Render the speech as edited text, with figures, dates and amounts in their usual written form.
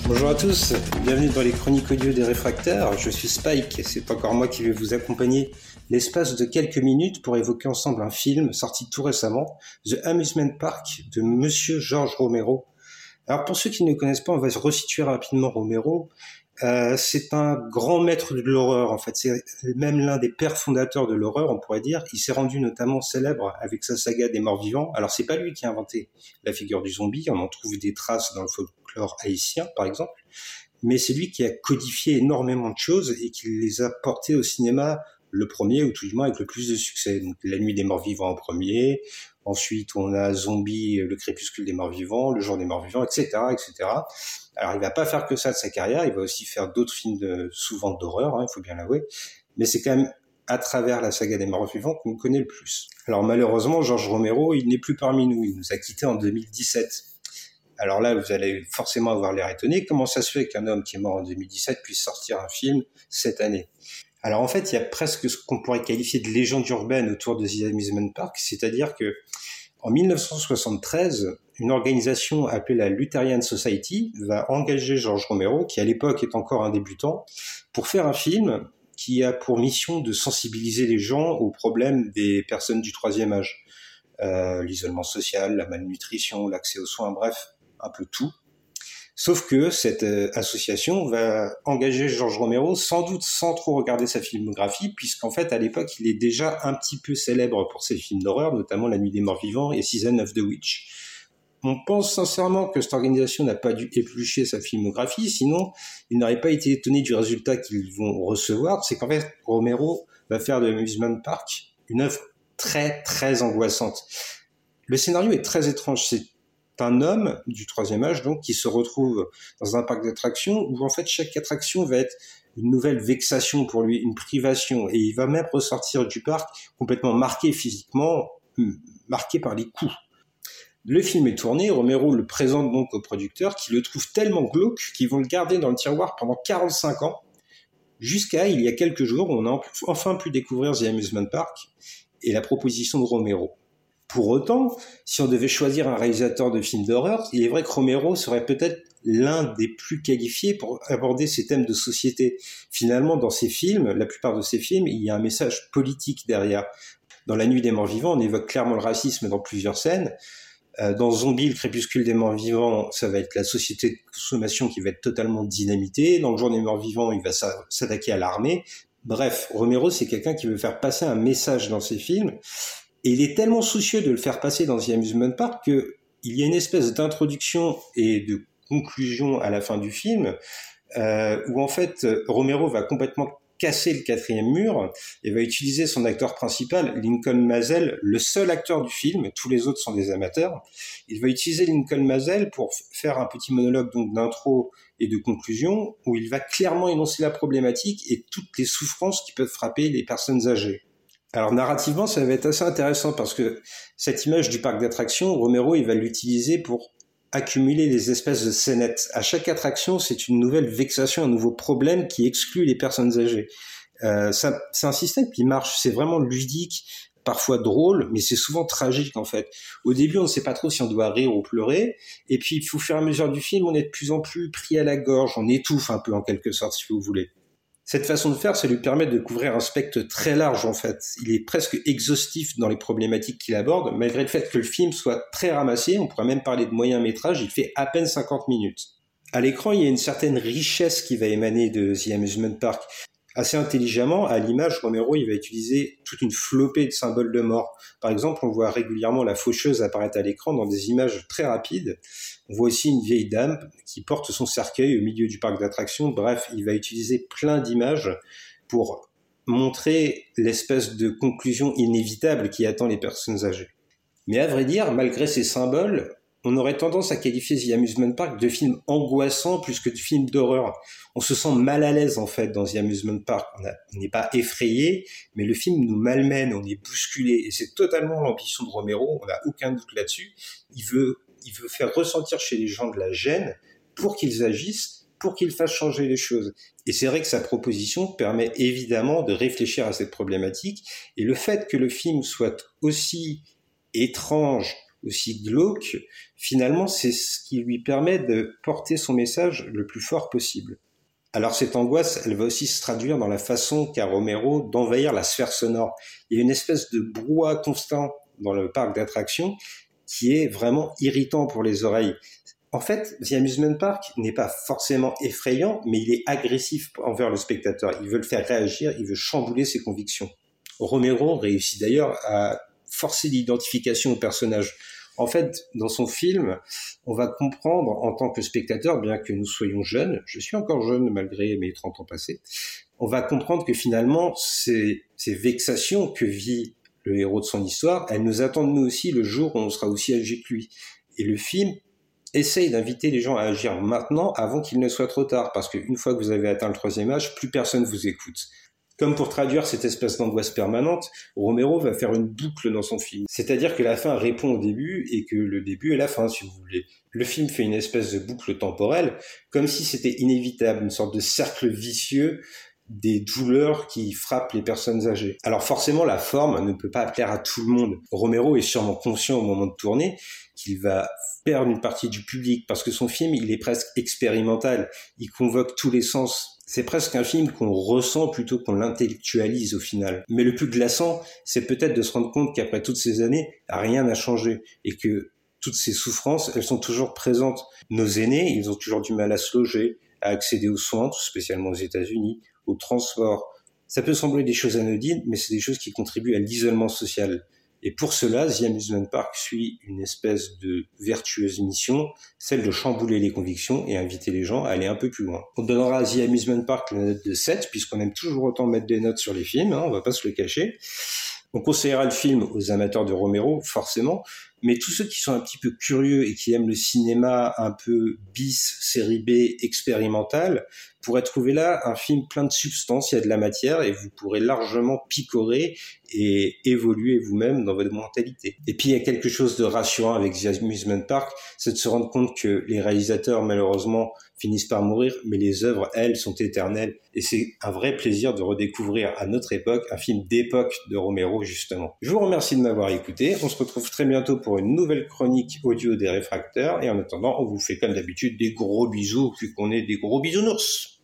Bonjour à tous, bienvenue dans les chroniques audio des réfractaires, je suis Spike et c'est encore moi qui vais vous accompagner l'espace de quelques minutes pour évoquer ensemble un film sorti tout récemment, The Amusement Park de Monsieur George Romero. Alors pour ceux qui ne le connaissent pas, on va se resituer rapidement Romero. C'est un grand maître de l'horreur, en fait, c'est même l'un des pères fondateurs de l'horreur, on pourrait dire. Il s'est rendu notamment célèbre avec sa saga des morts vivants. Alors c'est pas lui qui a inventé la figure du zombie, on en trouve des traces dans le folklore haïtien par exemple, mais c'est lui qui a codifié énormément de choses et qui les a portées au cinéma, le premier ou tout du moins avec le plus de succès. Donc La Nuit des morts vivants en premier, ensuite on a Zombie, Le crépuscule des morts vivants, Le jour des morts vivants, etc., etc. Alors il va pas faire que ça de sa carrière, il va aussi faire d'autres films souvent d'horreur, il faut bien l'avouer, mais c'est quand même à travers la saga des morts vivants qu'on connaît le plus. Alors malheureusement, George Romero, il n'est plus parmi nous, il nous a quittés en 2017. Alors là, vous allez forcément avoir l'air étonné, comment ça se fait qu'un homme qui est mort en 2017 puisse sortir un film cette année ? Alors en fait, il y a presque ce qu'on pourrait qualifier de légende urbaine autour de The Amusement Park, c'est-à-dire que en 1973, une organisation appelée la Lutheran Society va engager George Romero, qui à l'époque est encore un débutant, pour faire un film qui a pour mission de sensibiliser les gens aux problèmes des personnes du troisième âge. L'isolement social, la malnutrition, l'accès aux soins, bref, un peu tout. Sauf que cette association va engager George Romero sans doute sans trop regarder sa filmographie, puisqu'en fait à l'époque il est déjà un petit peu célèbre pour ses films d'horreur, notamment La Nuit des morts vivants et Season of the Witch. On pense sincèrement que cette organisation n'a pas dû éplucher sa filmographie, sinon ils n'auraient pas été étonnés du résultat qu'ils vont recevoir. C'est qu'en fait Romero va faire de Amusement Park une œuvre très très angoissante. Le scénario est très étrange, c'est un homme du troisième âge donc qui se retrouve dans un parc d'attractions où en fait chaque attraction va être une nouvelle vexation pour lui, une privation, et il va même ressortir du parc complètement marqué physiquement, marqué par les coups. Le film est tourné, Romero le présente donc aux producteurs qui le trouvent tellement glauque qu'ils vont le garder dans le tiroir pendant 45 ans, jusqu'à il y a quelques jours où on a enfin pu découvrir The Amusement Park et la proposition de Romero. Pour autant, si on devait choisir un réalisateur de films d'horreur, il est vrai que Romero serait peut-être l'un des plus qualifiés pour aborder ces thèmes de société. Finalement, dans ses films, la plupart de ses films, il y a un message politique derrière. Dans La Nuit des morts vivants, on évoque clairement le racisme dans plusieurs scènes. Dans Zombie, Le crépuscule des morts vivants, ça va être la société de consommation qui va être totalement dynamitée. Dans Le jour des morts vivants, il va s'attaquer à l'armée. Bref, Romero, c'est quelqu'un qui veut faire passer un message dans ses films. Et il est tellement soucieux de le faire passer dans The Amusement Park qu'il y a une espèce d'introduction et de conclusion à la fin du film où en fait Romero va complètement casser le quatrième mur et va utiliser son acteur principal, Lincoln Maazel, le seul acteur du film, tous les autres sont des amateurs. Il va utiliser Lincoln Maazel pour faire un petit monologue donc d'intro et de conclusion où il va clairement énoncer la problématique et toutes les souffrances qui peuvent frapper les personnes âgées. Alors narrativement, ça va être assez intéressant parce que cette image du parc d'attractions, Romero, il va l'utiliser pour accumuler les espèces de scénettes. À chaque attraction, c'est une nouvelle vexation, un nouveau problème qui exclut les personnes âgées. C'est un système qui marche, c'est vraiment ludique, parfois drôle, mais c'est souvent tragique en fait. Au début, on ne sait pas trop si on doit rire ou pleurer, et puis au fur et à mesure du film, on est de plus en plus pris à la gorge, on étouffe un peu en quelque sorte, si vous voulez. Cette façon de faire, ça lui permet de couvrir un spectre très large en fait. Il est presque exhaustif dans les problématiques qu'il aborde, malgré le fait que le film soit très ramassé, on pourrait même parler de moyen métrage, il fait à peine 50 minutes. À l'écran, il y a une certaine richesse qui va émaner de The Amusement Park. Assez intelligemment, à l'image, Romero il va utiliser toute une flopée de symboles de mort. Par exemple, on voit régulièrement la faucheuse apparaître à l'écran dans des images très rapides. On voit aussi une vieille dame qui porte son cercueil au milieu du parc d'attractions. Bref, il va utiliser plein d'images pour montrer l'espèce de conclusion inévitable qui attend les personnes âgées. Mais à vrai dire, malgré ces symboles, on aurait tendance à qualifier The Amusement Park de film angoissant plus que de film d'horreur. On se sent mal à l'aise en fait dans The Amusement Park. On n'est pas effrayé, mais le film nous malmène, on est bousculé. Et c'est totalement l'ambition de Romero, on n'a aucun doute là-dessus. Il veut faire ressentir chez les gens de la gêne pour qu'ils agissent, pour qu'ils fassent changer les choses. Et c'est vrai que sa proposition permet évidemment de réfléchir à cette problématique. Et le fait que le film soit aussi étrange, aussi glauque, finalement, c'est ce qui lui permet de porter son message le plus fort possible. Alors cette angoisse, elle va aussi se traduire dans la façon qu'a Romero d'envahir la sphère sonore. Il y a une espèce de brouhaha constant dans le parc d'attractions qui est vraiment irritant pour les oreilles. En fait, The Amusement Park n'est pas forcément effrayant, mais il est agressif envers le spectateur. Il veut le faire réagir, il veut chambouler ses convictions. Romero réussit d'ailleurs à forcer l'identification au personnage. En fait, dans son film, on va comprendre en tant que spectateur, bien que nous soyons jeunes, je suis encore jeune malgré mes 30 ans passés, on va comprendre que finalement, ces vexations que vit le héros de son histoire, elles nous attendent nous aussi le jour où on sera aussi âgé que lui. Et le film essaye d'inviter les gens à agir maintenant avant qu'il ne soit trop tard, parce qu'une fois que vous avez atteint le 3e âge, plus personne vous écoute. Comme pour traduire cette espèce d'angoisse permanente, Romero va faire une boucle dans son film. C'est-à-dire que la fin répond au début et que le début est la fin, si vous voulez. Le film fait une espèce de boucle temporelle, comme si c'était inévitable, une sorte de cercle vicieux des douleurs qui frappent les personnes âgées. Alors forcément, la forme ne peut pas plaire à tout le monde. Romero est sûrement conscient au moment de tourner qu'il va perdre une partie du public parce que son film, il est presque expérimental. Il convoque tous les sens. C'est presque un film qu'on ressent plutôt qu'on l'intellectualise au final. Mais le plus glaçant, c'est peut-être de se rendre compte qu'après toutes ces années, rien n'a changé et que toutes ces souffrances, elles sont toujours présentes. Nos aînés, ils ont toujours du mal à se loger, à accéder aux soins, tout spécialement aux États-Unis, au transport. Ça peut sembler des choses anodines, mais c'est des choses qui contribuent à l'isolement social. Et pour cela, The Amusement Park suit une espèce de vertueuse mission, celle de chambouler les convictions et inviter les gens à aller un peu plus loin. On donnera à The Amusement Park la note de 7, puisqu'on aime toujours autant mettre des notes sur les films, on va pas se le cacher. On conseillera le film aux amateurs de Romero, forcément, mais tous ceux qui sont un petit peu curieux et qui aiment le cinéma un peu bis, série B, expérimental, pourraient trouver là un film plein de substance, il y a de la matière et vous pourrez largement picorer et évoluer vous-même dans votre mentalité. Et puis il y a quelque chose de rassurant avec The Amusement Park, c'est de se rendre compte que les réalisateurs malheureusement finissent par mourir, mais les œuvres, elles, sont éternelles. Et c'est un vrai plaisir de redécouvrir à notre époque un film d'époque de Romero, justement. Je vous remercie de m'avoir écouté. On se retrouve très bientôt pour une nouvelle chronique audio des réfracteurs. Et en attendant, on vous fait comme d'habitude des gros bisous, vu qu'on est des gros bisounours.